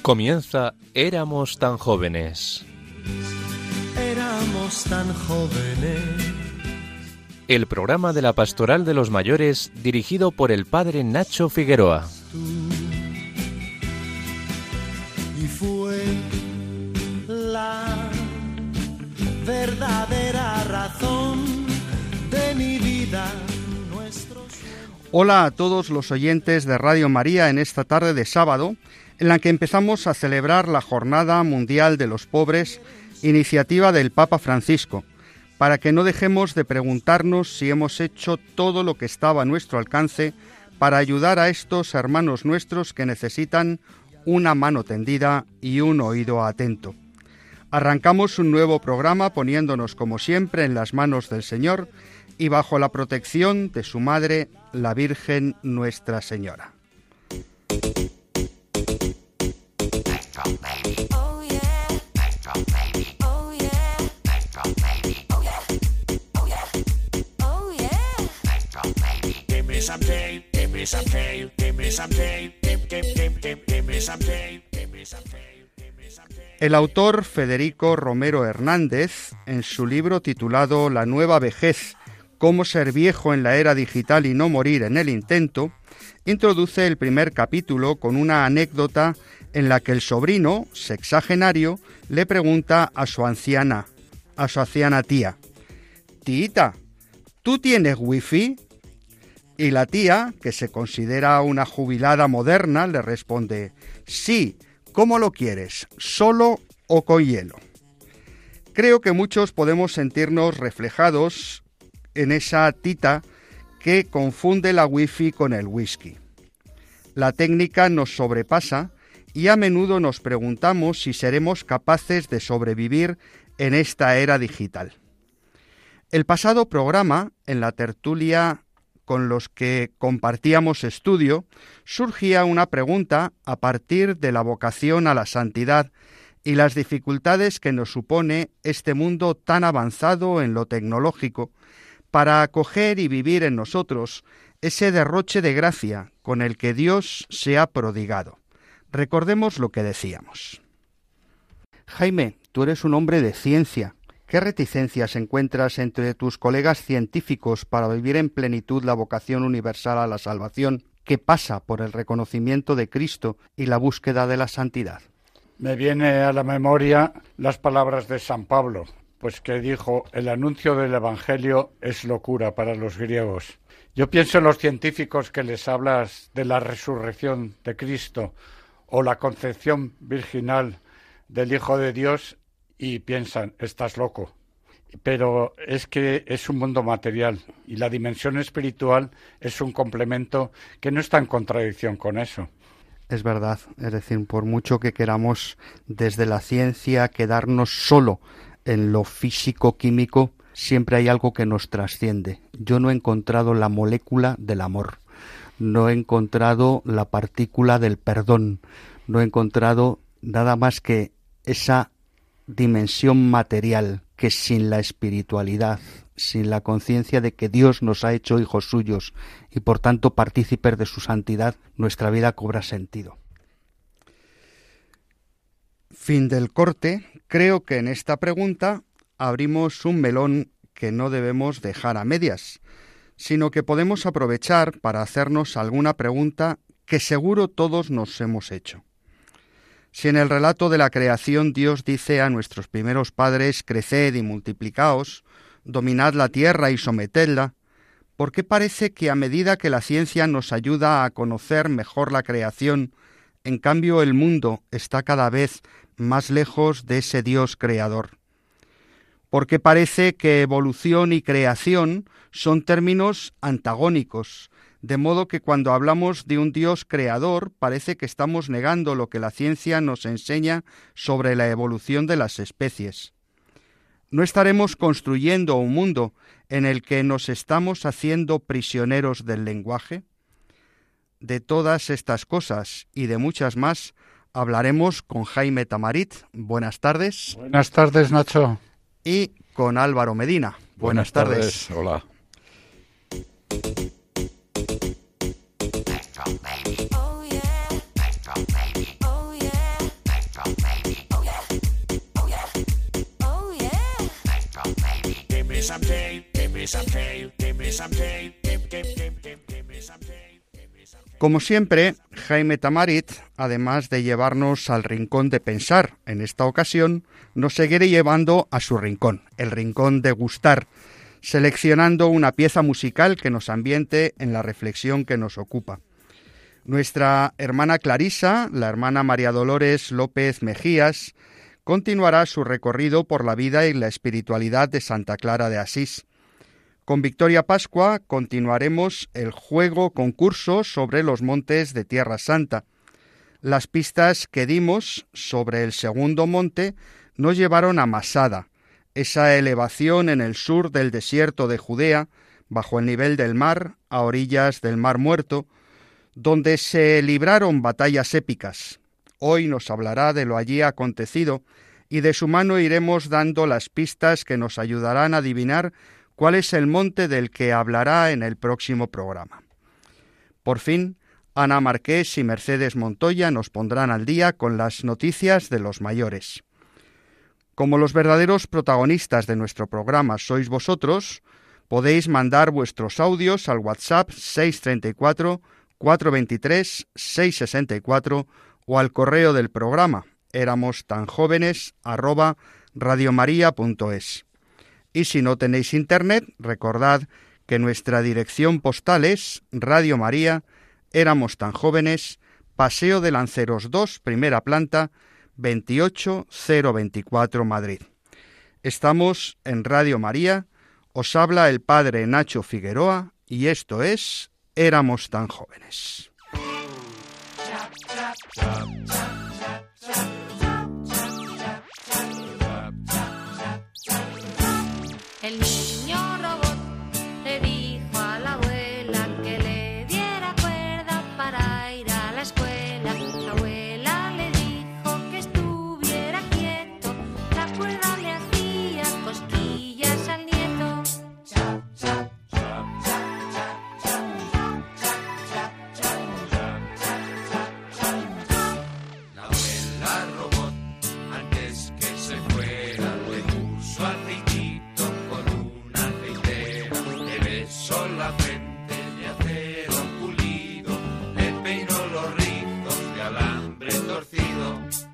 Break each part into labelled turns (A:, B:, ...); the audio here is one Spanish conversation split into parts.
A: Comienza Éramos tan jóvenes.
B: Éramos tan jóvenes.
A: El programa de la Pastoral de los Mayores dirigido por el padre Nacho Figueroa.
B: Y fue la verdadera razón de mi vida.
C: Hola a todos los oyentes de Radio María en esta tarde de sábado, en la que empezamos a celebrar la Jornada Mundial de los Pobres, iniciativa del Papa Francisco, para que no dejemos de preguntarnos si hemos hecho todo lo que estaba a nuestro alcance para ayudar a estos hermanos nuestros que necesitan una mano tendida y un oído atento. Arrancamos un nuevo programa poniéndonos como siempre en las manos del Señor y bajo la protección de su Madre, la Virgen Nuestra Señora. El autor Federico Romero Hernández, en su libro titulado La nueva vejez, cómo ser viejo en la era digital y no morir en el intento, introduce el primer capítulo con una anécdota en la que el sobrino, sexagenario, le pregunta a su anciana tía: «Tita, ¿tú tienes wifi?» Y la tía, que se considera una jubilada moderna, le responde: «Sí, ¿cómo lo quieres? ¿Solo o con hielo?» Creo que muchos podemos sentirnos reflejados en esa tita que confunde la wifi con el whisky. La técnica nos sobrepasa y a menudo nos preguntamos si seremos capaces de sobrevivir en esta era digital. El pasado programa, en la tertulia con los que compartíamos estudio, surgía una pregunta a partir de la vocación a la santidad y las dificultades que nos supone este mundo tan avanzado en lo tecnológico para acoger y vivir en nosotros ese derroche de gracia con el que Dios se ha prodigado. Recordemos lo que decíamos. Jaime, tú eres un hombre de ciencia. ¿Qué reticencias encuentras entre tus colegas científicos para vivir en plenitud la vocación universal a la salvación que pasa por el reconocimiento de Cristo y la búsqueda de la santidad?
D: Me viene a la memoria las palabras de San Pablo, pues que dijo: el anuncio del Evangelio es locura para los griegos. Yo pienso en los científicos que les hablas de la resurrección de Cristo o la concepción virginal del Hijo de Dios y piensan: estás loco. Pero es que es un mundo material y la dimensión espiritual es un complemento que no está en contradicción con eso.
C: Es verdad, es decir, por mucho que queramos desde la ciencia quedarnos solo en lo físico-químico, siempre hay algo que nos trasciende. Yo no he encontrado la molécula del amor, no he encontrado la partícula del perdón, no he encontrado nada más que esa dimensión material que sin la espiritualidad, sin la conciencia de que Dios nos ha hecho hijos suyos y por tanto partícipes de su santidad, nuestra vida cobra sentido. Fin del corte. Creo que en esta pregunta abrimos un melón que no debemos dejar a medias, sino que podemos aprovechar para hacernos alguna pregunta que seguro todos nos hemos hecho. Si en el relato de la creación Dios dice a nuestros primeros padres: «Creced y multiplicaos, dominad la tierra y sometedla», ¿por qué parece que a medida que la ciencia nos ayuda a conocer mejor la creación, en cambio el mundo está cada vez más lejos de ese Dios creador? ¿Por qué parece que evolución y creación son términos antagónicos? De modo que cuando hablamos de un Dios creador parece que estamos negando lo que la ciencia nos enseña sobre la evolución de las especies. ¿No estaremos construyendo un mundo en el que nos estamos haciendo prisioneros del lenguaje? De todas estas cosas y de muchas más hablaremos con Jaime Tamarit. Buenas tardes.
D: Buenas tardes, Nacho.
C: Y con Álvaro Medina. Buenas tardes.
E: Hola.
B: some tape, give me some tape, give me some tape, give me some tape.
C: Como siempre, Jaime Tamarit, además de llevarnos al rincón de pensar, en esta ocasión nos seguirá llevando a su rincón, el rincón de gustar, seleccionando una pieza musical que nos ambiente en la reflexión que nos ocupa. Nuestra hermana Clarisa, la hermana María Dolores López Mejías, continuará su recorrido por la vida y la espiritualidad de Santa Clara de Asís. Con Victoria Pascua continuaremos el juego concurso sobre los montes de Tierra Santa. Las pistas que dimos sobre el segundo monte nos llevaron a Masada, esa elevación en el sur del desierto de Judea, bajo el nivel del mar, a orillas del Mar Muerto, donde se libraron batallas épicas. Hoy nos hablará de lo allí acontecido y de su mano iremos dando las pistas que nos ayudarán a adivinar cuál es el monte del que hablará en el próximo programa. Por fin, Ana Marqués y Mercedes Montoya nos pondrán al día con las noticias de los mayores. Como los verdaderos protagonistas de nuestro programa sois vosotros, podéis mandar vuestros audios al WhatsApp 634 423 664 o al correo del programa eramostanjóvenes@radiomaria.es. Y si no tenéis internet, recordad que nuestra dirección postal es Radio María, Éramos tan Jóvenes, Paseo de Lanceros 2, primera planta, 28024 Madrid. Estamos en Radio María, os habla el padre Nacho Figueroa y esto es Éramos tan Jóvenes.
E: El niño robot le dijo a la abuela que le diera cuerda para ir a la escuela. La abuela le dijo que estuviera quieto, la cuerda le hacía cosquillas al nieto.
B: La abuela robot, antes que se fuera, le puso aceitito con una aceitera, le besó la frente de acero pulido, le peinó los rizos de alambre torcido.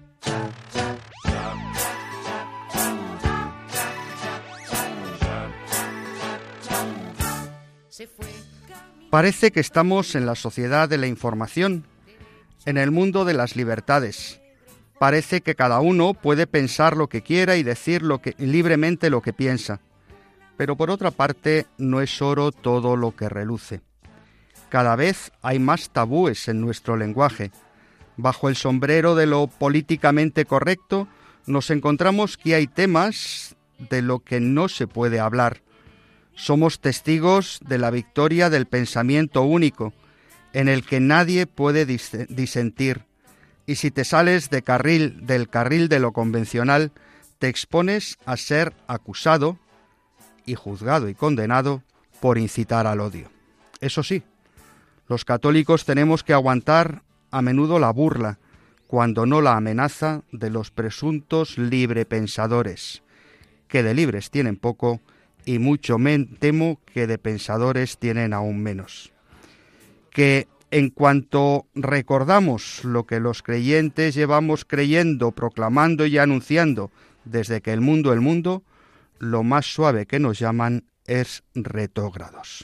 E: Se fue.
C: Parece que estamos en la sociedad de la información, en el mundo de las libertades. Parece que cada uno puede pensar lo que quiera y decir libremente lo que piensa. Pero por otra parte, no es oro todo lo que reluce. Cada vez hay más tabúes en nuestro lenguaje. Bajo el sombrero de lo políticamente correcto, nos encontramos que hay temas de lo que no se puede hablar. Somos testigos de la victoria del pensamiento único, en el que nadie puede disentir. Y si te sales del carril de lo convencional, te expones a ser acusado y juzgado y condenado por incitar al odio. Eso sí, los católicos tenemos que aguantar a menudo la burla, cuando no la amenaza de los presuntos librepensadores, que de libres tienen poco y mucho temo que de pensadores tienen aún menos. Que en cuanto recordamos lo que los creyentes llevamos creyendo, proclamando y anunciando desde que el mundo, lo más suave que nos llaman es retrógrados.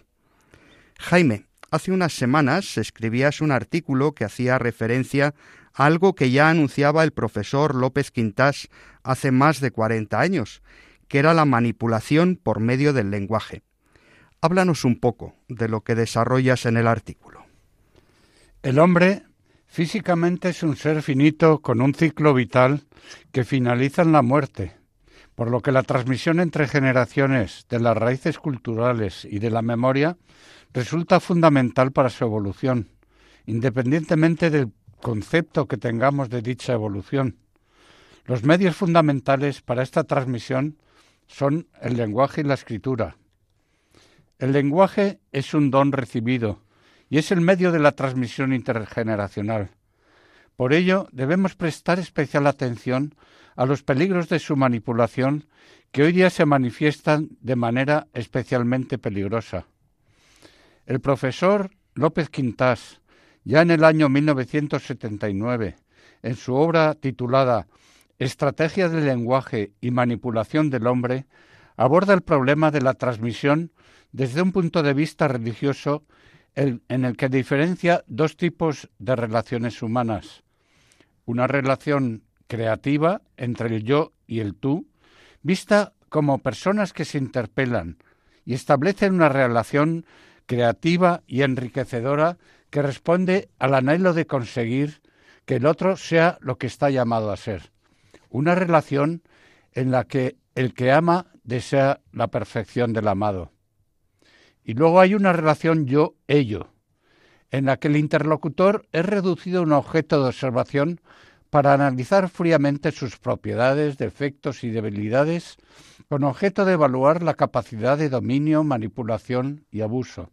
C: Jaime, hace unas semanas escribías un artículo que hacía referencia a algo que ya anunciaba el profesor López Quintás hace más de 40 años, que era la manipulación por medio del lenguaje. Háblanos un poco de lo que desarrollas en el artículo.
D: El hombre físicamente es un ser finito con un ciclo vital que finaliza en la muerte, por lo que la transmisión entre generaciones de las raíces culturales y de la memoria resulta fundamental para su evolución, independientemente del concepto que tengamos de dicha evolución. Los medios fundamentales para esta transmisión son el lenguaje y la escritura. El lenguaje es un don recibido y es el medio de la transmisión intergeneracional. Por ello, debemos prestar especial atención a los peligros de su manipulación que hoy día se manifiestan de manera especialmente peligrosa. El profesor López Quintás, ya en el año 1979, en su obra titulada Estrategia del lenguaje y manipulación del hombre, aborda el problema de la transmisión desde un punto de vista religioso en el que diferencia dos tipos de relaciones humanas. Una relación creativa entre el yo y el tú, vista como personas que se interpelan y establecen una relación creativa y enriquecedora que responde al anhelo de conseguir que el otro sea lo que está llamado a ser. Una relación en la que el que ama desea la perfección del amado. Y luego hay una relación yo-ello, en la que el interlocutor es reducido a un objeto de observación para analizar fríamente sus propiedades, defectos y debilidades, con objeto de evaluar la capacidad de dominio, manipulación y abuso.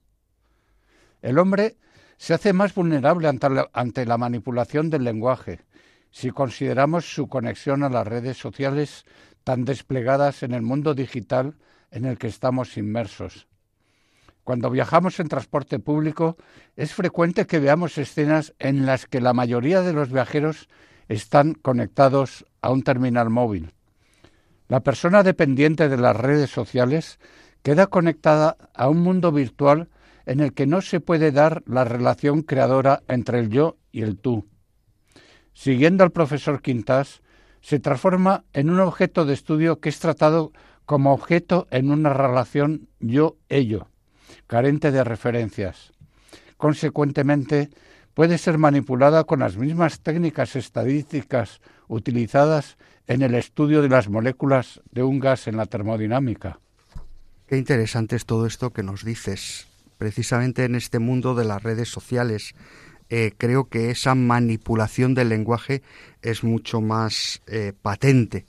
D: El hombre se hace más vulnerable ante la manipulación del lenguaje, si consideramos su conexión a las redes sociales tan desplegadas en el mundo digital en el que estamos inmersos. Cuando viajamos en transporte público, es frecuente que veamos escenas en las que la mayoría de los viajeros están conectados a un terminal móvil. La persona dependiente de las redes sociales queda conectada a un mundo virtual en el que no se puede dar la relación creadora entre el yo y el tú. Siguiendo al profesor Quintás, se transforma en un objeto de estudio que es tratado como objeto en una relación yo-ello, carente de referencias. Consecuentemente, puede ser manipulada con las mismas técnicas estadísticas utilizadas en el estudio de las moléculas de un gas en la termodinámica.
C: Qué interesante es todo esto que nos dices. Precisamente en este mundo de las redes sociales, creo que esa manipulación del lenguaje es mucho más patente.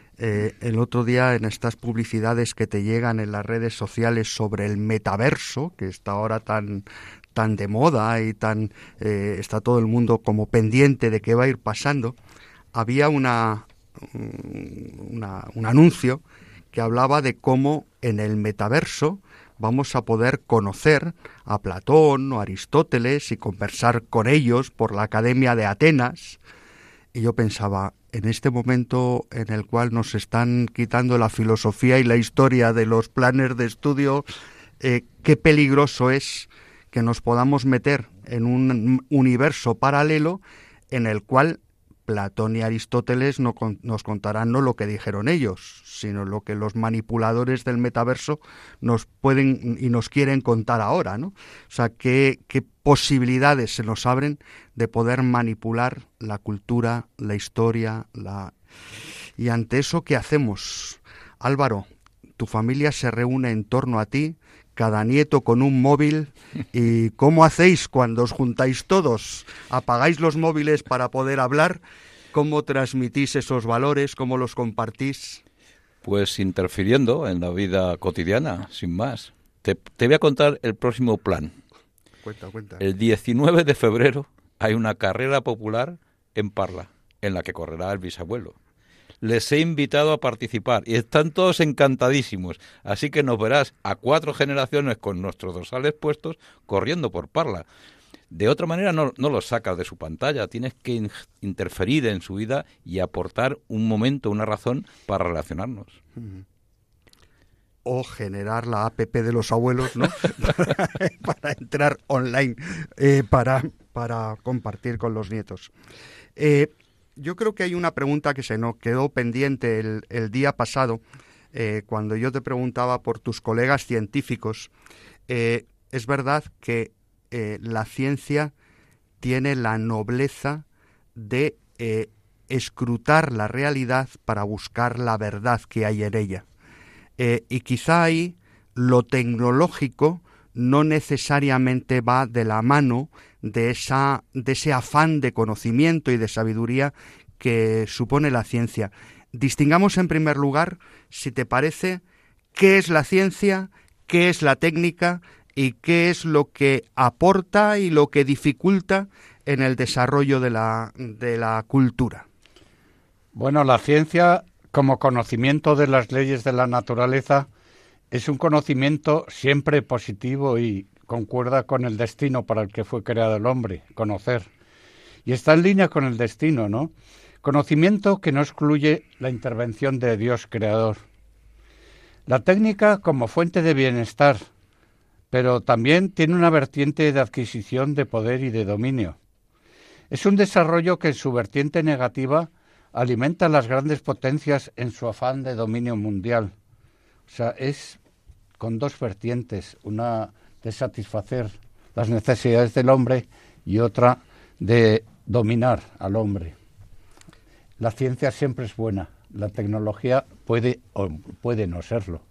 C: El otro día, en estas publicidades que te llegan en las redes sociales sobre el metaverso, que está ahora tan de moda y está todo el mundo como pendiente de qué va a ir pasando, había un anuncio que hablaba de cómo en el metaverso vamos a poder conocer a Platón o Aristóteles y conversar con ellos por la Academia de Atenas. Y yo pensaba, en este momento en el cual nos están quitando la filosofía y la historia de los planes de estudio, qué peligroso es que nos podamos meter en un universo paralelo en el cual Platón y Aristóteles nos contarán no lo que dijeron ellos, sino lo que los manipuladores del metaverso nos pueden y nos quieren contar ahora, ¿no? O sea, qué posibilidades se nos abren de poder manipular la cultura, la historia, y ante eso, ¿qué hacemos? Álvaro, tu familia se reúne en torno a ti, cada nieto con un móvil, ¿y cómo hacéis cuando os juntáis todos? ¿Apagáis los móviles para poder hablar? ¿Cómo transmitís esos valores? ¿Cómo los compartís?
F: Pues interfiriendo en la vida cotidiana, sin más. Te voy a contar el próximo plan.
C: Cuenta.
F: El 19 de febrero hay una carrera popular en Parla, en la que correrá el bisabuelo. Les he invitado a participar y están todos encantadísimos. Así que nos verás a 4 generaciones con nuestros dorsales puestos corriendo por Parla. De otra manera no los sacas de su pantalla. Tienes que interferir en su vida y aportar un momento, una razón para relacionarnos.
C: O generar la app de los abuelos, ¿no? para entrar online, para compartir con los nietos. Yo creo que hay una pregunta que se nos quedó pendiente el día pasado, cuando yo te preguntaba por tus colegas científicos. Es verdad que la ciencia tiene la nobleza de escrutar la realidad para buscar la verdad que hay en ella. Y quizá ahí lo tecnológico no necesariamente va de la mano de ese afán de conocimiento y de sabiduría que supone la ciencia. Distingamos en primer lugar, si te parece, qué es la ciencia, qué es la técnica y qué es lo que aporta y lo que dificulta en el desarrollo de la cultura?
D: Bueno, la ciencia, como conocimiento de las leyes de la naturaleza, es un conocimiento siempre positivo y concuerda con el destino para el que fue creado el hombre, conocer. Y está en línea con el destino, ¿no? Conocimiento que no excluye la intervención de Dios creador. La técnica como fuente de bienestar, pero también tiene una vertiente de adquisición de poder y de dominio. Es un desarrollo que en su vertiente negativa alimenta a las grandes potencias en su afán de dominio mundial. O sea, es con dos vertientes, una de satisfacer las necesidades del hombre y otra de dominar al hombre. La ciencia siempre es buena, la tecnología puede o puede no serlo.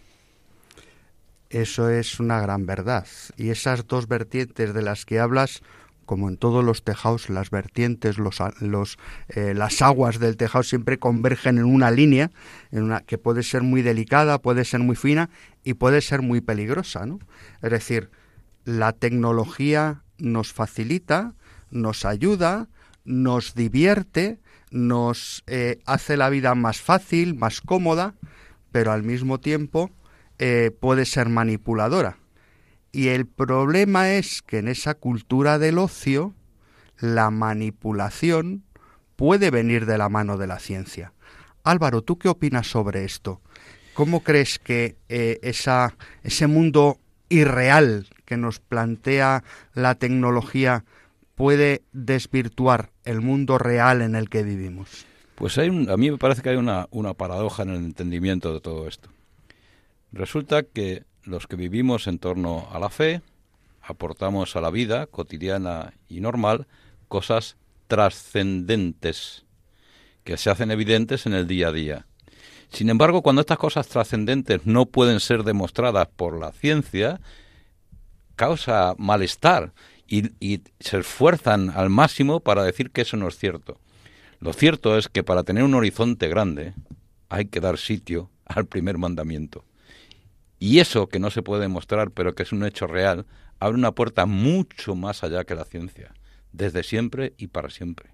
C: Eso es una gran verdad. Y esas dos vertientes de las que hablas, como en todos los tejados, las vertientes, las aguas del tejado siempre convergen en una línea, que puede ser muy delicada, puede ser muy fina y puede ser muy peligrosa, ¿no? Es decir, la tecnología nos facilita, nos ayuda, nos divierte, nos hace la vida más fácil, más cómoda, pero al mismo tiempo puede ser manipuladora. Y el problema es que en esa cultura del ocio, la manipulación puede venir de la mano de la ciencia. Álvaro, ¿tú qué opinas sobre esto? ¿Cómo crees que ese mundo irreal que nos plantea la tecnología puede desvirtuar el mundo real en el que vivimos?
F: Pues a mí me parece que hay una paradoja en el entendimiento de todo esto. Resulta que los que vivimos en torno a la fe aportamos a la vida cotidiana y normal cosas trascendentes que se hacen evidentes en el día a día. Sin embargo, cuando estas cosas trascendentes no pueden ser demostradas por la ciencia, causa malestar y se esfuerzan al máximo para decir que eso no es cierto. Lo cierto es que para tener un horizonte grande hay que dar sitio al primer mandamiento. Y eso que no se puede demostrar, pero que es un hecho real, abre una puerta mucho más allá que la ciencia, desde siempre y para siempre.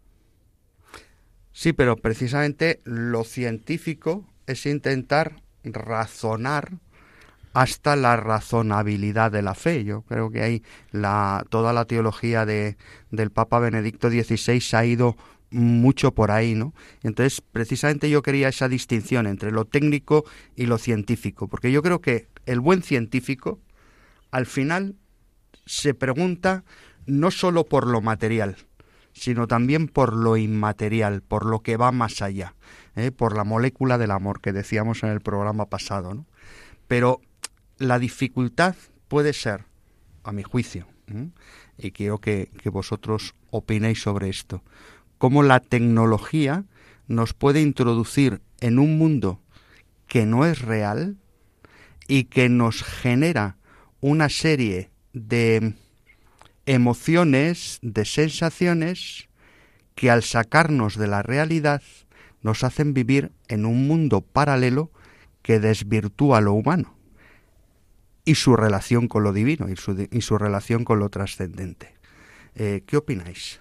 C: Sí, pero precisamente lo científico es intentar razonar hasta la razonabilidad de la fe. Yo creo que ahí toda la teología del Papa Benedicto XVI ha ido mucho por ahí, ¿no? Entonces, precisamente yo quería esa distinción entre lo técnico y lo científico, porque yo creo que el buen científico, al final, se pregunta no solo por lo material, sino también por lo inmaterial, por lo que va más allá, por la molécula del amor que decíamos en el programa pasado, ¿no? Pero la dificultad puede ser, a mi juicio, y quiero que vosotros opinéis sobre esto, cómo la tecnología nos puede introducir en un mundo que no es real y que nos genera una serie de emociones, de sensaciones que al sacarnos de la realidad nos hacen vivir en un mundo paralelo que desvirtúa lo humano y su relación con lo divino y su relación con lo trascendente. ¿Qué opináis?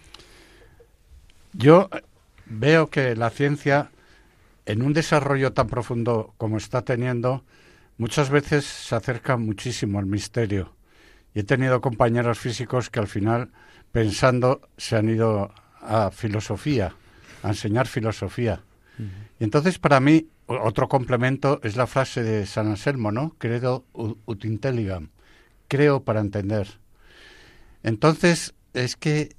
D: Yo veo que la ciencia, en un desarrollo tan profundo como está teniendo, muchas veces se acerca muchísimo al misterio. Y he tenido compañeros físicos que al final, pensando, se han ido a filosofía, a enseñar filosofía. Y entonces, para mí, otro complemento es la frase de San Anselmo, ¿no? Credo ut intelligam, creo para entender. Entonces, es que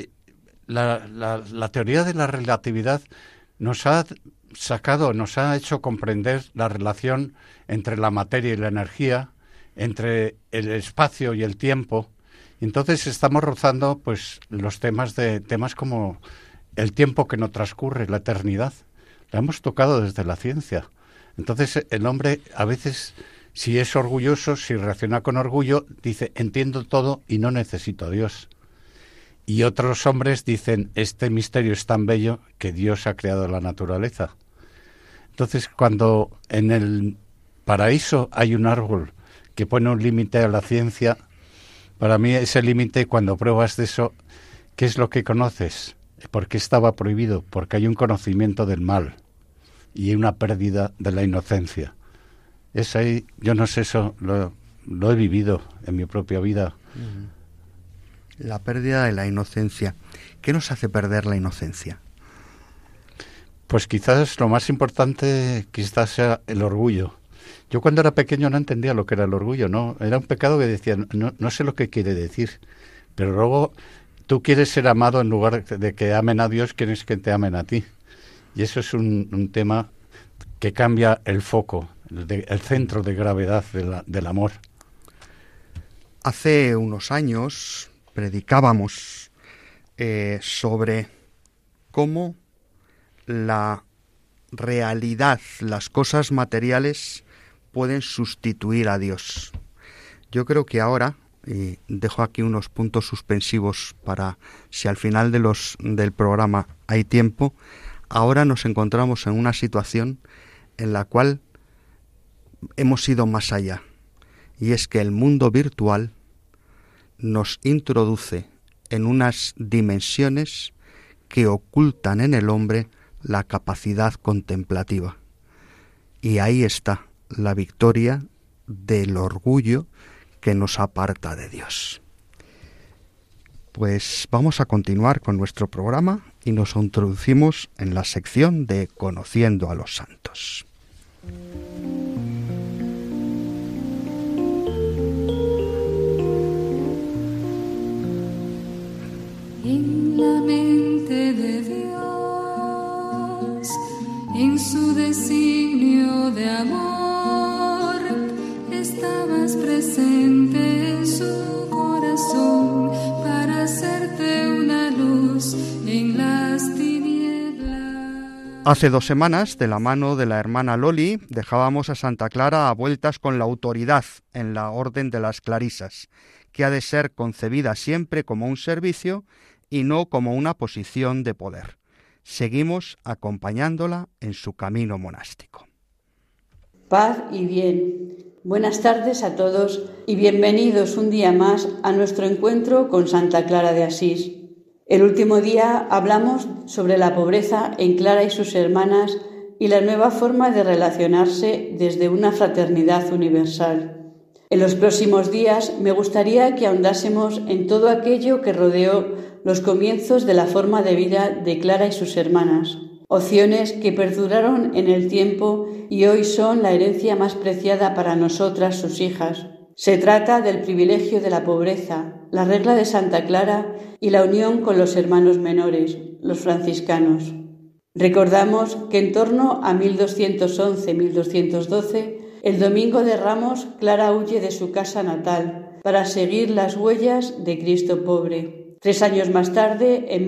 D: la teoría de la relatividad nos ha hecho comprender la relación entre la materia y la energía, entre el espacio y el tiempo. Y entonces estamos rozando pues los temas como el tiempo que no transcurre, la eternidad. La hemos tocado desde la ciencia. Entonces el hombre a veces, si es orgulloso, si reacciona con orgullo, dice, entiendo todo y no necesito a Dios. Y otros hombres dicen, este misterio es tan bello que Dios ha creado la naturaleza. Entonces, cuando en el paraíso hay un árbol que pone un límite a la ciencia, Para mí ese límite, cuando pruebas de eso, ¿qué es lo que conoces? ¿Por qué estaba prohibido? Porque hay un conocimiento del mal y una pérdida de la inocencia. Es ahí, yo no sé, eso lo he vivido en mi propia vida.
C: La pérdida de la inocencia. ¿Qué nos hace perder la inocencia?
D: Pues quizás lo más importante quizás sea el orgullo. Yo cuando era pequeño no entendía lo que era el orgullo, ¿no? Era un pecado que decía, no sé lo que quiere decir, pero luego tú quieres ser amado en lugar de que amen a Dios, quieres que te amen a ti. Y eso es un tema que cambia el foco, el centro de gravedad del amor.
C: Hace unos años predicábamos sobre cómo la realidad, las cosas materiales pueden sustituir a Dios. Yo creo que ahora, y dejo aquí unos puntos suspensivos para si al final del programa hay tiempo, ahora nos encontramos en una situación en la cual hemos ido más allá, y es que el mundo virtual nos introduce en unas dimensiones que ocultan en el hombre la capacidad contemplativa. Y ahí está la victoria del orgullo que nos aparta de Dios. Pues vamos a continuar con nuestro programa y nos introducimos en la sección de Conociendo a los Santos.
G: En la mente de Dios, en su designio de amor, estabas presente en su corazón para hacerte una luz en las tinieblas.
C: Hace 2 semanas, de la mano de la hermana Loli, dejábamos a Santa Clara a vueltas con la autoridad en la Orden de las Clarisas, que ha de ser concebida siempre como un servicio y no como una posición de poder. Seguimos acompañándola en su camino monástico.
H: Paz y bien. Buenas tardes a todos y bienvenidos un día más a nuestro encuentro con Santa Clara de Asís. El último día hablamos sobre la pobreza en Clara y sus hermanas y la nueva forma de relacionarse desde una fraternidad universal. En los próximos días me gustaría que ahondásemos en todo aquello que rodeó los comienzos de la forma de vida de Clara y sus hermanas, opciones que perduraron en el tiempo y hoy son la herencia más preciada para nosotras, sus hijas. Se trata del privilegio de la pobreza, la regla de Santa Clara y la unión con los hermanos menores, los franciscanos. Recordamos que en torno a 1211-1212, el Domingo de Ramos, Clara huye de su casa natal para seguir las huellas de Cristo pobre. 3 años más tarde, en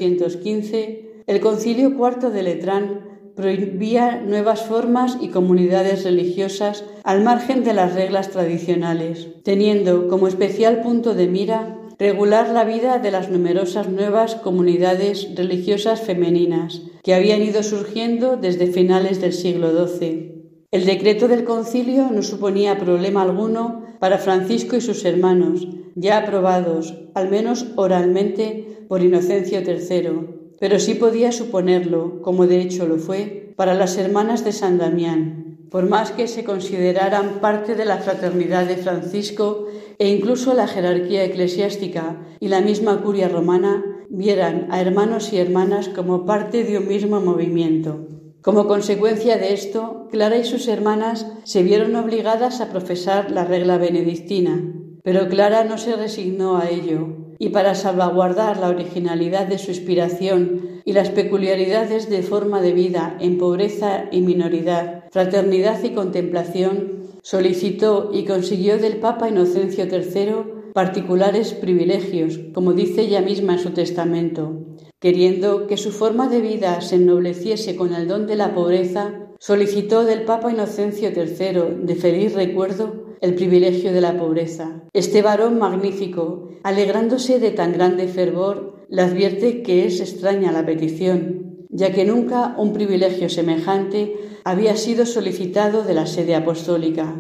H: 1215, el Concilio IV de Letrán prohibía nuevas formas y comunidades religiosas al margen de las reglas tradicionales, teniendo como especial punto de mira regular la vida de las numerosas nuevas comunidades religiosas femeninas que habían ido surgiendo desde finales del siglo XII. El decreto del concilio no suponía problema alguno para Francisco y sus hermanos, ya aprobados, al menos oralmente, por Inocencio III, pero sí podía suponerlo, como de hecho lo fue, para las hermanas de San Damián, por más que se consideraran parte de la fraternidad de Francisco e incluso la jerarquía eclesiástica y la misma curia romana vieran a hermanos y hermanas como parte de un mismo movimiento. Como consecuencia de esto, Clara y sus hermanas se vieron obligadas a profesar la regla benedictina, pero Clara no se resignó a ello, y para salvaguardar la originalidad de su inspiración y las peculiaridades de forma de vida en pobreza y minoridad, fraternidad y contemplación, solicitó y consiguió del Papa Inocencio III particulares privilegios, como dice ella misma en su testamento. Queriendo que su forma de vida se ennobleciese con el don de la pobreza, solicitó del Papa Inocencio III, de feliz recuerdo, el privilegio de la pobreza. Este varón magnífico, alegrándose de tan grande fervor, le advierte que es extraña la petición, ya que nunca un privilegio semejante había sido solicitado de la sede apostólica.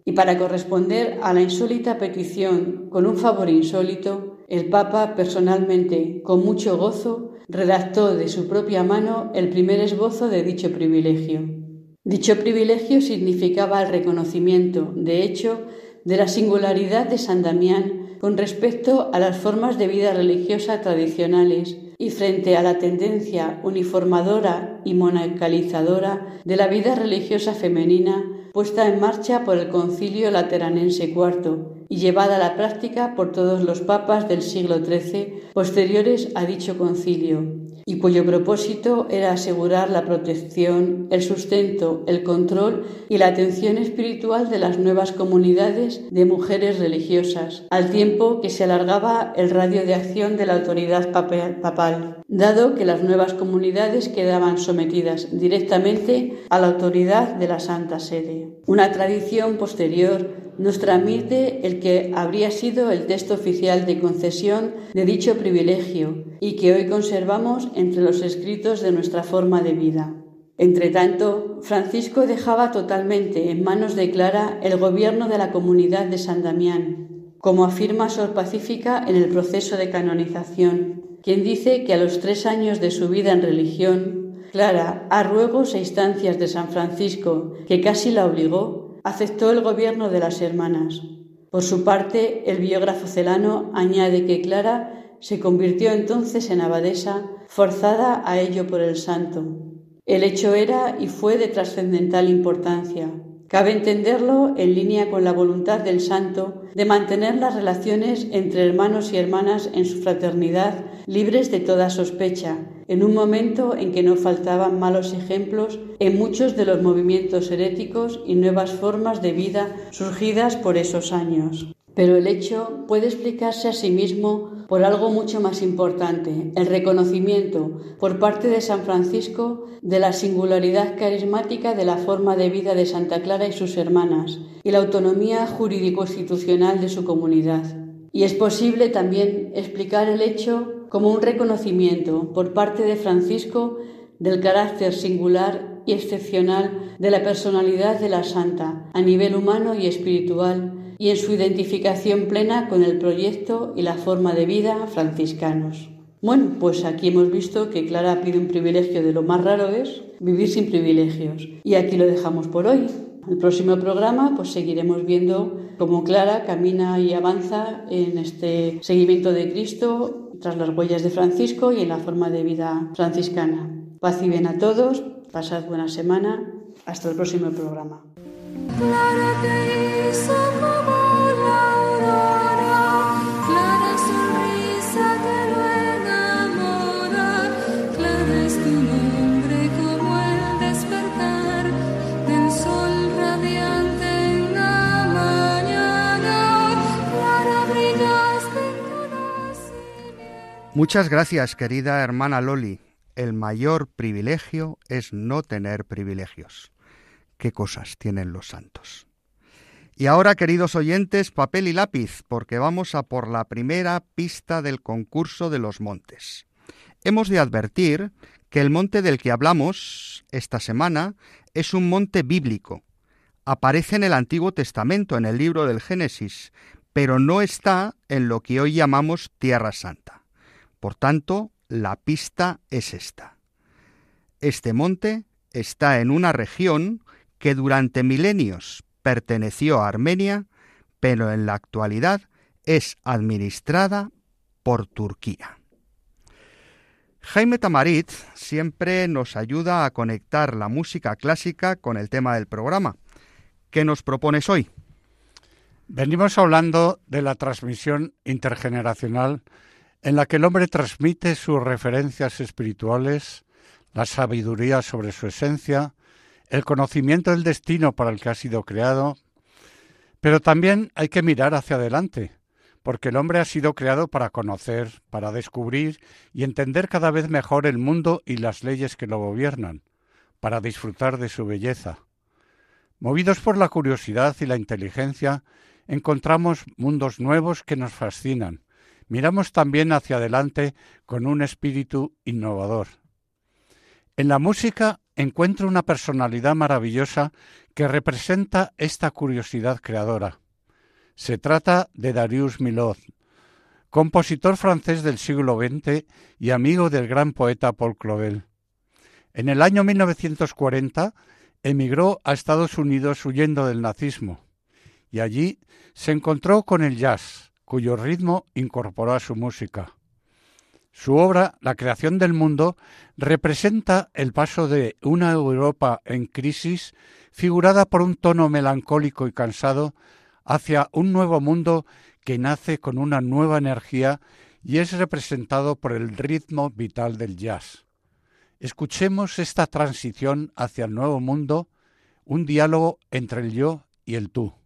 H: Y para corresponder a la insólita petición con un favor insólito, el Papa personalmente, con mucho gozo, redactó de su propia mano el primer esbozo de dicho privilegio. Dicho privilegio significaba el reconocimiento, de hecho, de la singularidad de San Damián con respecto a las formas de vida religiosa tradicionales y frente a la tendencia uniformadora y monacalizadora de la vida religiosa femenina puesta en marcha por el Concilio Lateranense IV y llevada a la práctica por todos los papas del siglo XIII posteriores a dicho concilio, y cuyo propósito era asegurar la protección, el sustento, el control y la atención espiritual de las nuevas comunidades de mujeres religiosas, al tiempo que se alargaba el radio de acción de la autoridad papal, dado que las nuevas comunidades quedaban sometidas directamente a la autoridad de la Santa Sede. Una tradición posterior nos transmite el que habría sido el texto oficial de concesión de dicho privilegio y que hoy conservamos entre los escritos de nuestra forma de vida. Entretanto, Francisco dejaba totalmente en manos de Clara el gobierno de la comunidad de San Damián, como afirma Sor Pacífica en el proceso de canonización, quien dice que a los 3 años de su vida en religión, Clara, a ruegos e instancias de San Francisco, que casi la obligó, aceptó el gobierno de las hermanas. Por su parte, el biógrafo celano añade que Clara se convirtió entonces en abadesa, forzada a ello por el santo. El hecho era y fue de trascendental importancia. Cabe entenderlo en línea con la voluntad del santo de mantener las relaciones entre hermanos y hermanas en su fraternidad libres de toda sospecha, en un momento en que no faltaban malos ejemplos en muchos de los movimientos heréticos y nuevas formas de vida surgidas por esos años. Pero el hecho puede explicarse a sí mismo por algo mucho más importante, el reconocimiento por parte de San Francisco de la singularidad carismática de la forma de vida de Santa Clara y sus hermanas y la autonomía jurídico-institucional de su comunidad. Y es posible también explicar el hecho como un reconocimiento por parte de Francisco del carácter singular y excepcional de la personalidad de la santa a nivel humano y espiritual, y en su identificación plena con el proyecto y la forma de vida franciscanos. Bueno, pues aquí hemos visto que Clara pide un privilegio de lo más raro es vivir sin privilegios. Y aquí lo dejamos por hoy. El próximo programa pues seguiremos viendo cómo Clara camina y avanza en este seguimiento de Cristo tras las huellas de Francisco y en la forma de vida franciscana. Paz y bien a todos, pasad buena semana, hasta el próximo programa.
G: Clara que hizo como la aurora, clara sonrisa que lo enamora, clara es tu nombre como el despertar del sol radiante en la mañana, clara brillaste en tu nacimiento.
C: Muchas gracias, querida hermana Loli. El mayor privilegio es no tener privilegios. Qué cosas tienen los santos. Y ahora, queridos oyentes, papel y lápiz, porque vamos a por la primera pista del concurso de los montes. Hemos de advertir que el monte del que hablamos esta semana es un monte bíblico. Aparece en el Antiguo Testamento, en el libro del Génesis, pero no está en lo que hoy llamamos Tierra Santa. Por tanto, la pista es esta. Este monte está en una región que durante milenios perteneció a Armenia, pero en la actualidad es administrada por Turquía. Jaime Tamarit siempre nos ayuda a conectar la música clásica con el tema del programa. ¿Qué nos propones hoy?
D: Venimos hablando de la transmisión intergeneracional en la que el hombre transmite sus referencias espirituales, la sabiduría sobre su esencia, el conocimiento del destino para el que ha sido creado, pero también hay que mirar hacia adelante, porque el hombre ha sido creado para conocer, para descubrir y entender cada vez mejor el mundo y las leyes que lo gobiernan, para disfrutar de su belleza. Movidos por la curiosidad y la inteligencia, encontramos mundos nuevos que nos fascinan. Miramos también hacia adelante con un espíritu innovador. En la música encuentro una personalidad maravillosa que representa esta curiosidad creadora. Se trata de Darius Milhaud, compositor francés del siglo XX y amigo del gran poeta Paul Claudel. En el año 1940 emigró a Estados Unidos huyendo del nazismo y allí se encontró con el jazz, cuyo ritmo incorporó a su música. Su obra, La creación del mundo, representa el paso de una Europa en crisis, figurada por un tono melancólico y cansado, hacia un nuevo mundo que nace con una nueva energía y es representado por el ritmo vital del jazz. Escuchemos esta transición hacia el nuevo mundo, un diálogo entre el yo y el tú.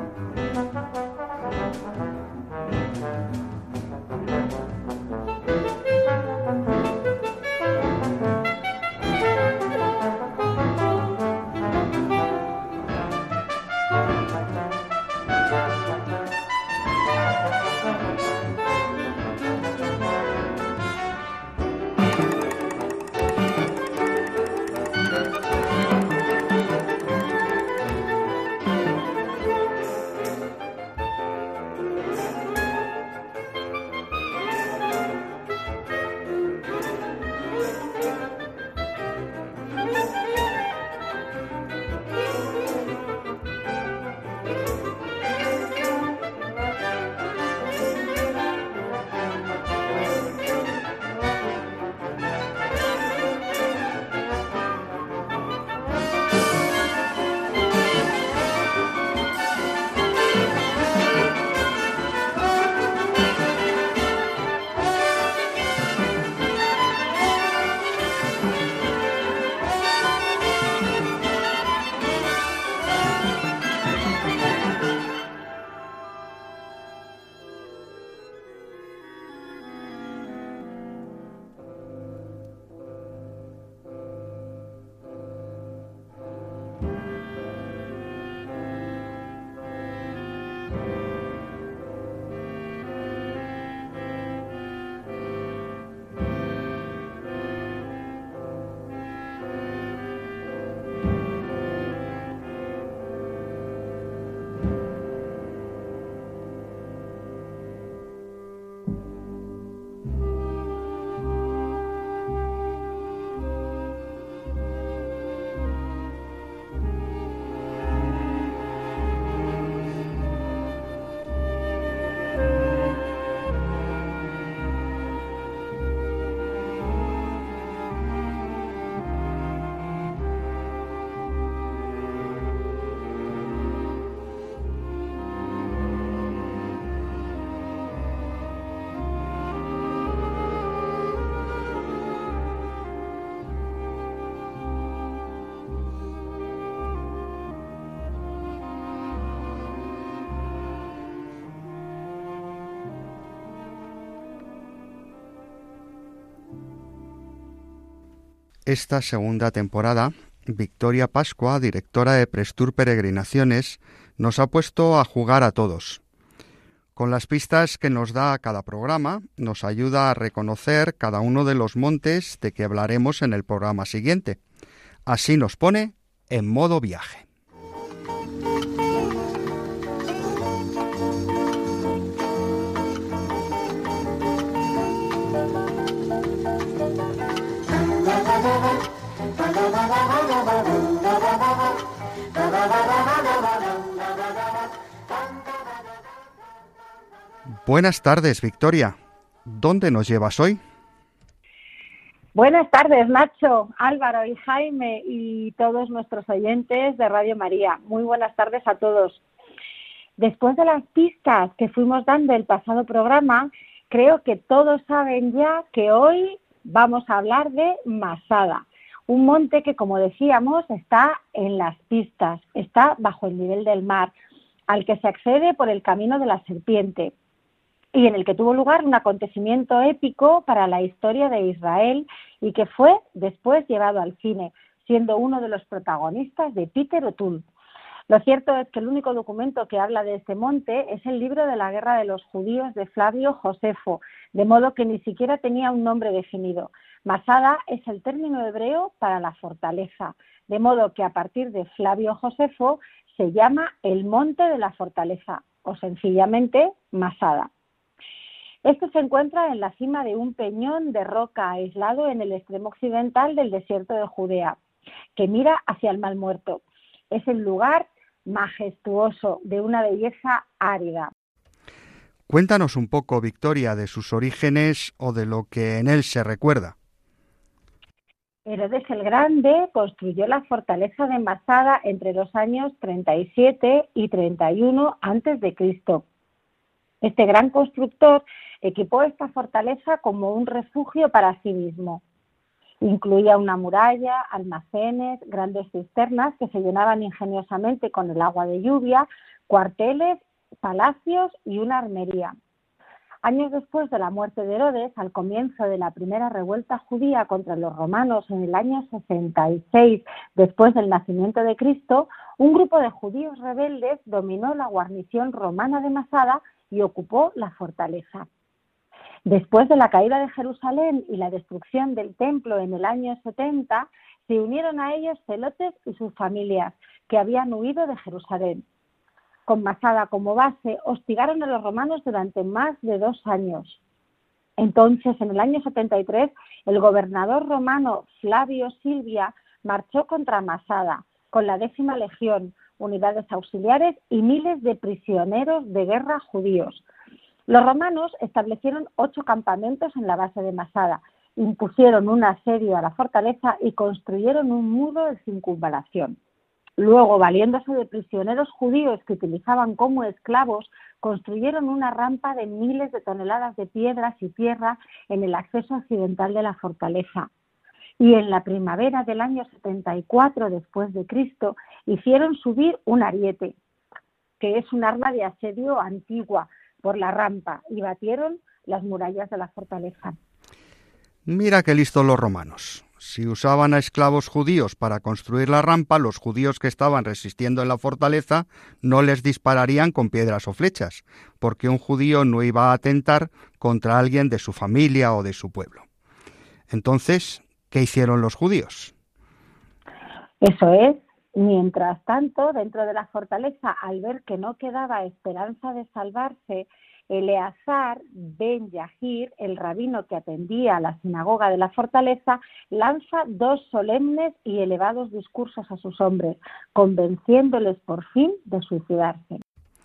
C: Esta segunda temporada, Victoria Pascua, directora de Prestur Peregrinaciones, nos ha puesto a jugar a todos. Con las pistas que nos da cada programa, nos ayuda a reconocer cada uno de los montes de que hablaremos en el programa siguiente. Así nos pone en modo viaje. Buenas tardes, Victoria. ¿Dónde nos llevas hoy?
I: Buenas tardes, Nacho, Álvaro y Jaime y todos nuestros oyentes de Radio María. Muy buenas tardes a todos. Después de las pistas que fuimos dando el pasado programa, creo que todos saben ya que hoy vamos a hablar de Masada, un monte que, como decíamos, está en las pistas, está bajo el nivel del mar, al que se accede por el camino de la serpiente, y en el que tuvo lugar un acontecimiento épico para la historia de Israel y que fue después llevado al cine, siendo uno de los protagonistas de Peter O'Toole. Lo cierto es que el único documento que habla de este monte es el libro de la Guerra de los Judíos de Flavio Josefo, de modo que ni siquiera tenía un nombre definido. Masada es el término hebreo para la fortaleza, de modo que a partir de Flavio Josefo se llama el Monte de la Fortaleza, o sencillamente Masada. Este se encuentra en la cima de un peñón de roca aislado en el extremo occidental del desierto de Judea, que mira hacia el Mar Muerto. Es el lugar majestuoso de una belleza árida.
C: Cuéntanos un poco, Victoria, de sus orígenes o de lo que en él se recuerda.
I: Herodes el Grande construyó la fortaleza de Masada entre los años 37 y 31 a.C. Este gran constructor equipó esta fortaleza como un refugio para sí mismo. Incluía una muralla, almacenes, grandes cisternas que se llenaban ingeniosamente con el agua de lluvia, cuarteles, palacios y una armería. Años después de la muerte de Herodes, al comienzo de la primera revuelta judía contra los romanos en el año 66 después del nacimiento de Cristo, un grupo de judíos rebeldes dominó la guarnición romana de Masada y ocupó la fortaleza. Después de la caída de Jerusalén y la destrucción del templo en el año 70, se unieron a ellos celotes y sus familias, que habían huido de Jerusalén. Con Masada como base, hostigaron a los romanos durante más de 2 años. Entonces, en el año 73, el gobernador romano Flavio Silvia marchó contra Masada con la 10ª Legión, unidades auxiliares y miles de prisioneros de guerra judíos. Los romanos establecieron 8 campamentos en la base de Masada, impusieron un asedio a la fortaleza y construyeron un muro de circunvalación. Luego, valiéndose de prisioneros judíos que utilizaban como esclavos, construyeron una rampa de miles de toneladas de piedras y tierra en el acceso occidental de la fortaleza. Y en la primavera del año 74 después de Cristo hicieron subir un ariete, que es un arma de asedio antigua, por la rampa y batieron las murallas de la fortaleza.
C: Mira qué listos los romanos. Si usaban a esclavos judíos para construir la rampa, los judíos que estaban resistiendo en la fortaleza no les dispararían con piedras o flechas, porque un judío no iba a atentar contra alguien de su familia o de su pueblo. Entonces, ¿qué hicieron los judíos?
I: Eso es. Mientras tanto, dentro de la fortaleza, al ver que no quedaba esperanza de salvarse, Eleazar ben Yahir, el rabino que atendía a la sinagoga de la fortaleza, lanza 2 solemnes y elevados discursos a sus hombres, convenciéndoles por fin de suicidarse.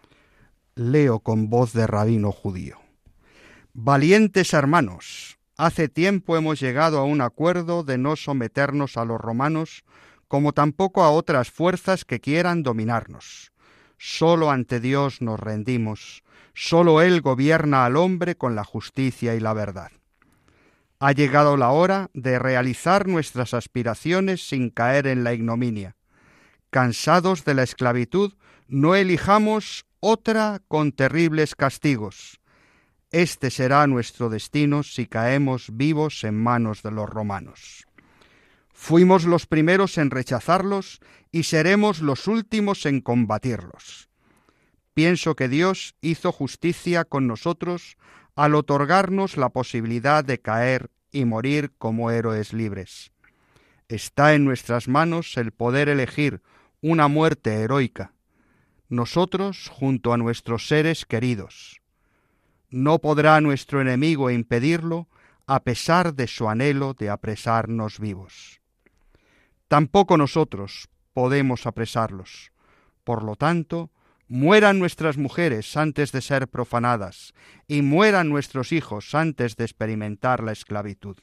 C: Leo con voz de rabino judío. Valientes hermanos, hace tiempo hemos llegado a un acuerdo de no someternos a los romanos, como tampoco a otras fuerzas que quieran dominarnos. Solo ante Dios nos rendimos, solo Él gobierna al hombre con la justicia y la verdad. Ha llegado la hora de realizar nuestras aspiraciones sin caer en la ignominia. Cansados de la esclavitud, no elijamos otra con terribles castigos. Este será nuestro destino si caemos vivos en manos de los romanos. Fuimos los primeros en rechazarlos y seremos los últimos en combatirlos. Pienso que Dios hizo justicia con nosotros al otorgarnos la posibilidad de caer y morir como héroes libres. Está en nuestras manos el poder elegir una muerte heroica, nosotros junto a nuestros seres queridos. No podrá nuestro enemigo impedirlo a pesar de su anhelo de apresarnos vivos. Tampoco nosotros podemos apresarlos. Por lo tanto, mueran nuestras mujeres antes de ser profanadas, y mueran nuestros hijos antes de experimentar la esclavitud.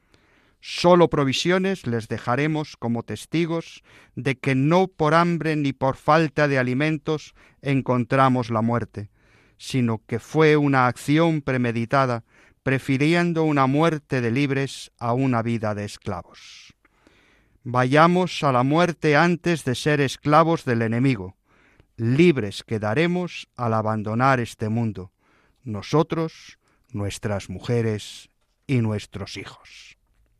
C: Solo provisiones les dejaremos como testigos de que no por hambre ni por falta de alimentos encontramos la muerte, sino que fue una acción premeditada, prefiriendo una muerte de libres a una vida de esclavos. Vayamos a la muerte antes de ser esclavos del enemigo. Libres quedaremos al abandonar este mundo, nosotros, nuestras mujeres y nuestros hijos.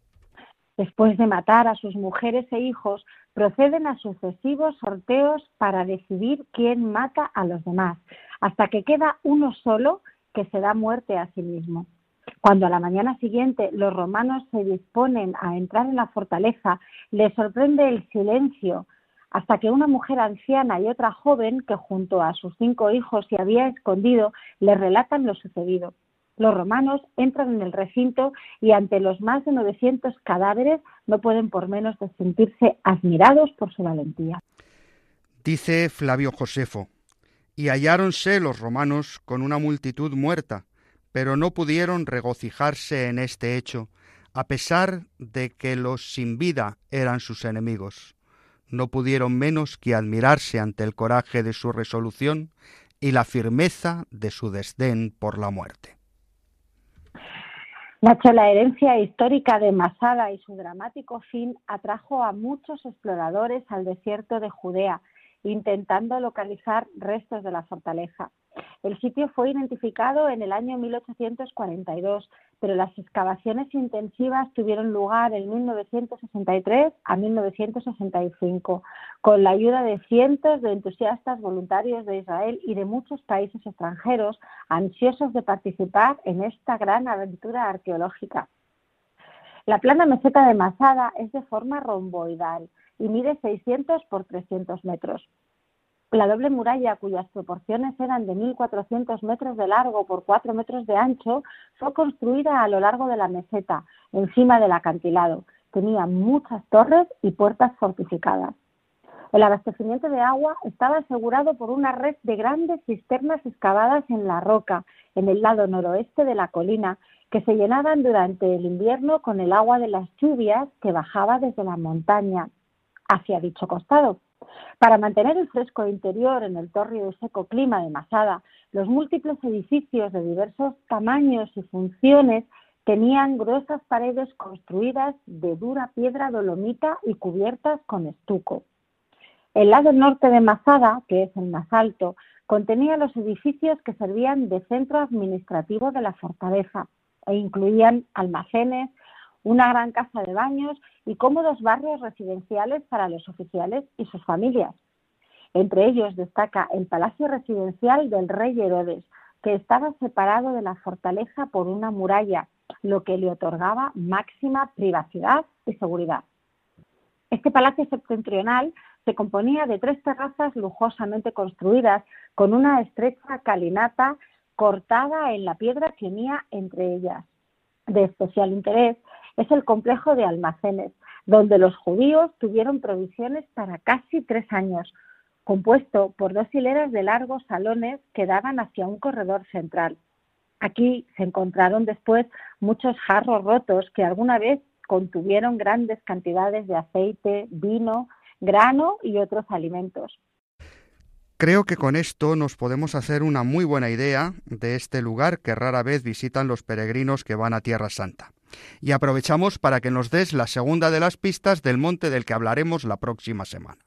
I: Después de matar a sus mujeres e hijos, proceden a sucesivos sorteos para decidir quién mata a los demás, hasta que queda uno solo que se da muerte a sí mismo. Cuando a la mañana siguiente los romanos se disponen a entrar en la fortaleza, les sorprende el silencio, hasta que una mujer anciana y otra joven, que junto a sus 5 hijos se había escondido, les relatan lo sucedido. Los romanos entran en el recinto y ante los más de 900 cadáveres no pueden por menos de sentirse admirados por su valentía.
C: Dice Flavio Josefo, y halláronse los romanos con una multitud muerta, pero no pudieron regocijarse en este hecho, a pesar de que los sin vida eran sus enemigos. No pudieron menos que admirarse ante el coraje de su resolución y la firmeza de su desdén por la muerte.
I: Nacho, la herencia histórica de Masada y su dramático fin atrajo a muchos exploradores al desierto de Judea, intentando localizar restos de la fortaleza. El sitio fue identificado en el año 1842, pero las excavaciones intensivas tuvieron lugar en 1963 a 1965, con la ayuda de cientos de entusiastas voluntarios de Israel y de muchos países extranjeros ansiosos de participar en esta gran aventura arqueológica. La plana meseta de Masada es de forma romboidal y mide 600 por 300 metros. La doble muralla, cuyas proporciones eran de 1.400 metros de largo por 4 metros de ancho, fue construida a lo largo de la meseta, encima del acantilado. Tenía muchas torres y puertas fortificadas. El abastecimiento de agua estaba asegurado por una red de grandes cisternas excavadas en la roca, en el lado noroeste de la colina, que se llenaban durante el invierno con el agua de las lluvias que bajaba desde la montaña hacia dicho costado. Para mantener el fresco interior en el tórrido y seco clima de Masada, los múltiples edificios de diversos tamaños y funciones tenían gruesas paredes construidas de dura piedra dolomita y cubiertas con estuco. El lado norte de Masada, que es el más alto, contenía los edificios que servían de centro administrativo de la fortaleza e incluían almacenes, una gran casa de baños y cómodos barrios residenciales para los oficiales y sus familias. Entre ellos destaca el palacio residencial del rey Herodes, que estaba separado de la fortaleza por una muralla, lo que le otorgaba máxima privacidad y seguridad. Este palacio septentrional se componía de 3 terrazas lujosamente construidas con una estrecha calinata cortada en la piedra que unía entre ellas. De especial interés es el complejo de almacenes, donde los judíos tuvieron provisiones para casi 3 años, compuesto por 2 hileras de largos salones que daban hacia un corredor central. Aquí se encontraron después muchos jarros rotos que alguna vez contuvieron grandes cantidades de aceite, vino, grano y otros alimentos.
C: Creo que con esto nos podemos hacer una muy buena idea de este lugar que rara vez visitan los peregrinos que van a Tierra Santa. Y aprovechamos para que nos des la segunda de las pistas del monte del que hablaremos la próxima semana.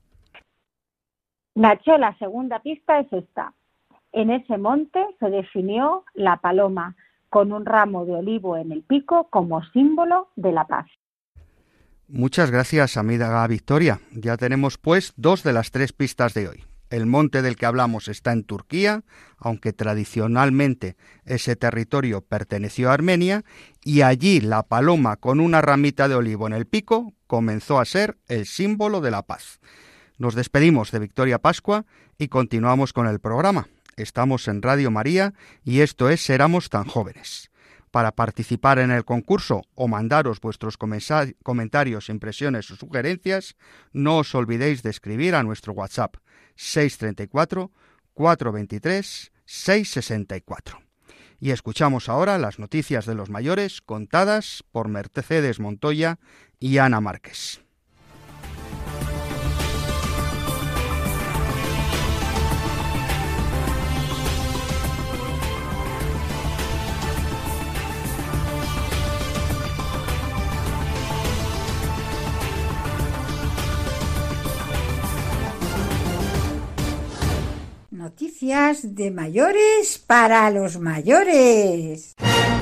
I: Nacho, la segunda pista es esta. En ese monte se definió la paloma, con un ramo de olivo en el pico como símbolo de la paz.
C: Muchas gracias, amiga Victoria. Ya tenemos pues 2 de las 3 pistas de hoy. El monte del que hablamos está en Turquía, aunque tradicionalmente ese territorio perteneció a Armenia, y allí la paloma con una ramita de olivo en el pico comenzó a ser el símbolo de la paz. Nos despedimos de Victoria Pascua y continuamos con el programa. Estamos en Radio María y esto es Éramos tan jóvenes. Para participar en el concurso o mandaros vuestros comentarios, impresiones o sugerencias, no os olvidéis de escribir a nuestro WhatsApp 634 423 664. Y escuchamos ahora las noticias de los mayores contadas por Mercedes Montoya y Ana Márquez.
J: Noticias de mayores para los mayores.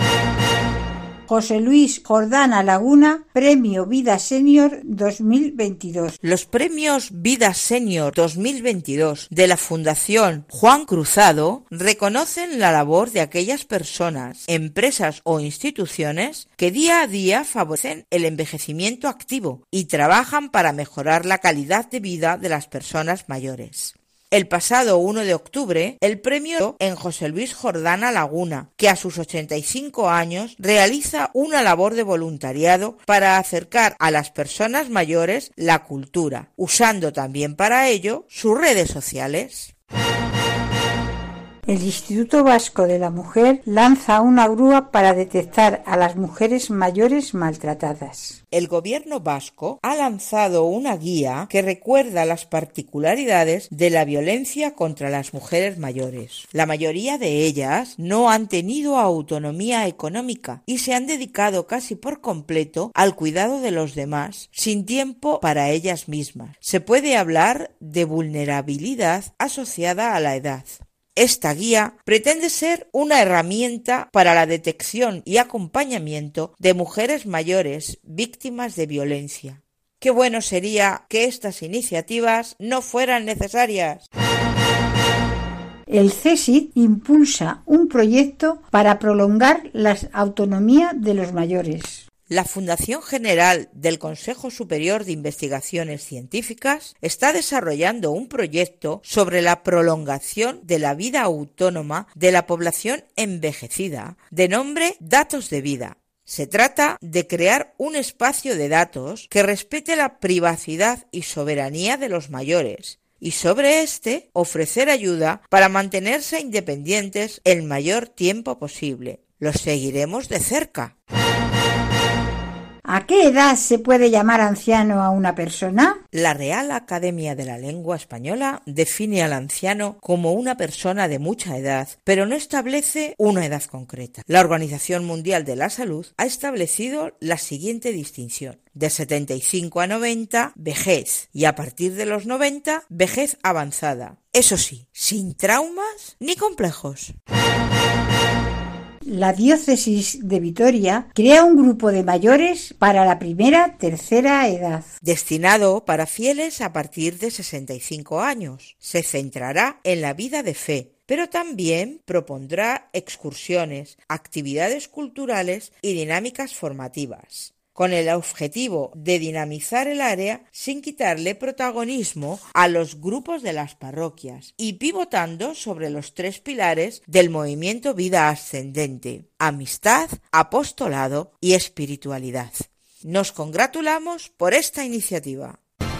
J: José Luis Jordana Laguna, Premio Vida Senior 2022.
K: Los premios Vida Senior 2022 de la Fundación Juan Cruzado reconocen la labor de aquellas personas, empresas o instituciones que día a día favorecen el envejecimiento activo y trabajan para mejorar la calidad de vida de las personas mayores. El pasado 1 de octubre, el premio en José Luis Jordana Laguna, que a sus 85 años realiza una labor de voluntariado para acercar a las personas mayores la cultura, usando también para ello sus redes sociales.
J: el Instituto Vasco de la Mujer lanza una grúa para detectar a las mujeres mayores maltratadas.
K: El gobierno vasco ha lanzado una guía que recuerda las particularidades de la violencia contra las mujeres mayores. La mayoría de ellas no han tenido autonomía económica y se han dedicado casi por completo al cuidado de los demás, sin tiempo para ellas mismas. Se puede hablar de vulnerabilidad asociada a la edad. Esta guía pretende ser una herramienta para la detección y acompañamiento de mujeres mayores víctimas de violencia. Qué bueno sería que estas iniciativas no fueran necesarias.
J: El CSIC impulsa un proyecto para prolongar la autonomía de los mayores.
K: La Fundación General del Consejo Superior de Investigaciones Científicas está desarrollando un proyecto sobre la prolongación de la vida autónoma de la población envejecida, de nombre Datos de Vida. Se trata de crear un espacio de datos que respete la privacidad y soberanía de los mayores, y sobre este ofrecer ayuda para mantenerse independientes el mayor tiempo posible. Los seguiremos de cerca.
J: ¿A qué edad se puede llamar anciano a una persona?
K: La Real Academia de la Lengua Española define al anciano como una persona de mucha edad, pero no establece una edad concreta. La Organización Mundial de la Salud ha establecido la siguiente distinción: de 75 a 90, vejez, y a partir de los 90, vejez avanzada. Eso sí, sin traumas ni complejos.
J: La diócesis de Vitoria crea un grupo de mayores para la primera-tercera edad.
K: Destinado para fieles a partir de 65 años. Se centrará en la vida de fe, pero también propondrá excursiones, actividades culturales y dinámicas formativas, con el objetivo de dinamizar el área sin quitarle protagonismo a los grupos de las parroquias y pivotando sobre los 3 pilares del movimiento Vida Ascendente: amistad, apostolado y espiritualidad. Nos congratulamos por esta iniciativa.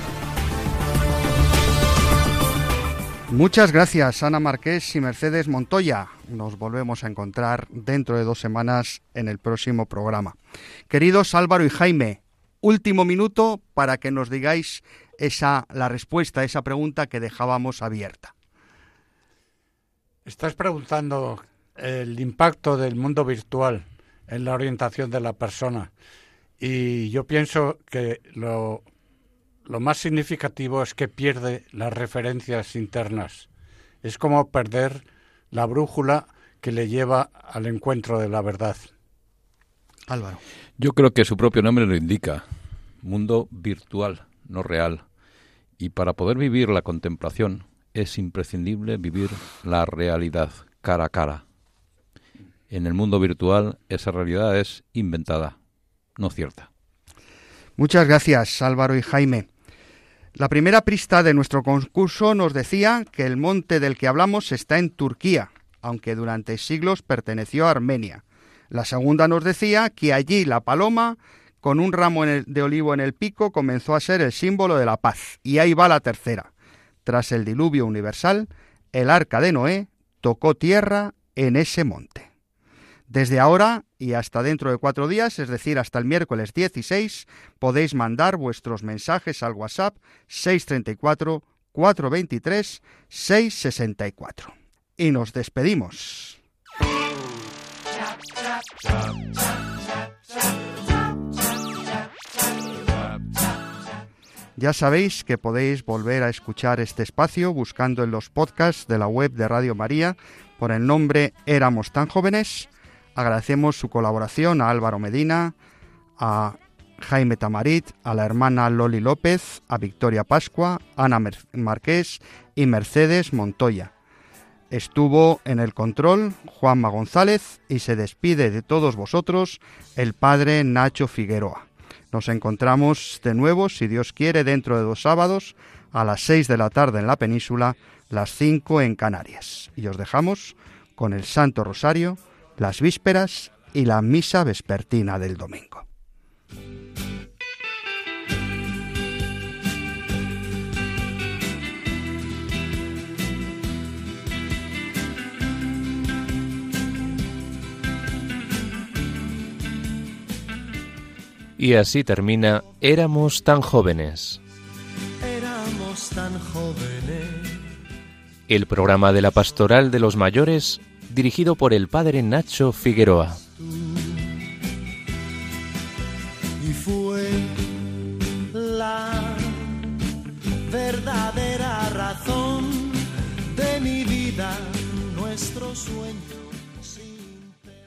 C: Muchas gracias, Ana Marqués y Mercedes Montoya. Nos volvemos a encontrar dentro de 2 semanas en el próximo programa. Queridos Álvaro y Jaime, último minuto para que nos digáis la respuesta a esa pregunta que dejábamos abierta.
D: Estás preguntando el impacto del mundo virtual en la orientación de la persona. Y yo pienso que lo más significativo es que pierde las referencias internas. Es como perder la brújula que le lleva al encuentro de la verdad.
C: Álvaro.
F: Yo creo que su propio nombre lo indica. Mundo virtual, no real. Y para poder vivir la contemplación es imprescindible vivir la realidad cara a cara. En el mundo virtual esa realidad es inventada, no cierta.
C: Muchas gracias, Álvaro y Jaime. La primera pista de nuestro concurso nos decía que el monte del que hablamos está en Turquía, aunque durante siglos perteneció a Armenia. La segunda nos decía que allí la paloma, con un ramo de olivo en el pico, comenzó a ser el símbolo de la paz. Y ahí va la tercera. Tras el diluvio universal, el arca de Noé tocó tierra en ese monte. Desde ahora y hasta dentro de 4 días, es decir, hasta el miércoles 16, podéis mandar vuestros mensajes al WhatsApp 634 423 664. Y nos despedimos. Ya sabéis que podéis volver a escuchar este espacio buscando en los podcasts de la web de Radio María por el nombre Éramos tan jóvenes. Agradecemos su colaboración a Álvaro Medina, a Jaime Tamarit, a la hermana Loli López, a Victoria Pascua, Ana Marqués y Mercedes Montoya. Estuvo en el control Juanma González y se despide de todos vosotros el padre Nacho Figueroa. Nos encontramos de nuevo, si Dios quiere, dentro de 2 sábados a las 6 de la tarde en la península, las 5 en Canarias. Y os dejamos con el Santo Rosario, las vísperas y la misa vespertina del domingo.
A: Y así termina Éramos tan jóvenes.
L: Éramos tan jóvenes.
A: El programa de la Pastoral de los Mayores, dirigido por el padre Nacho Figueroa.
L: Y fue la verdadera razón de mi vida, nuestro sueño.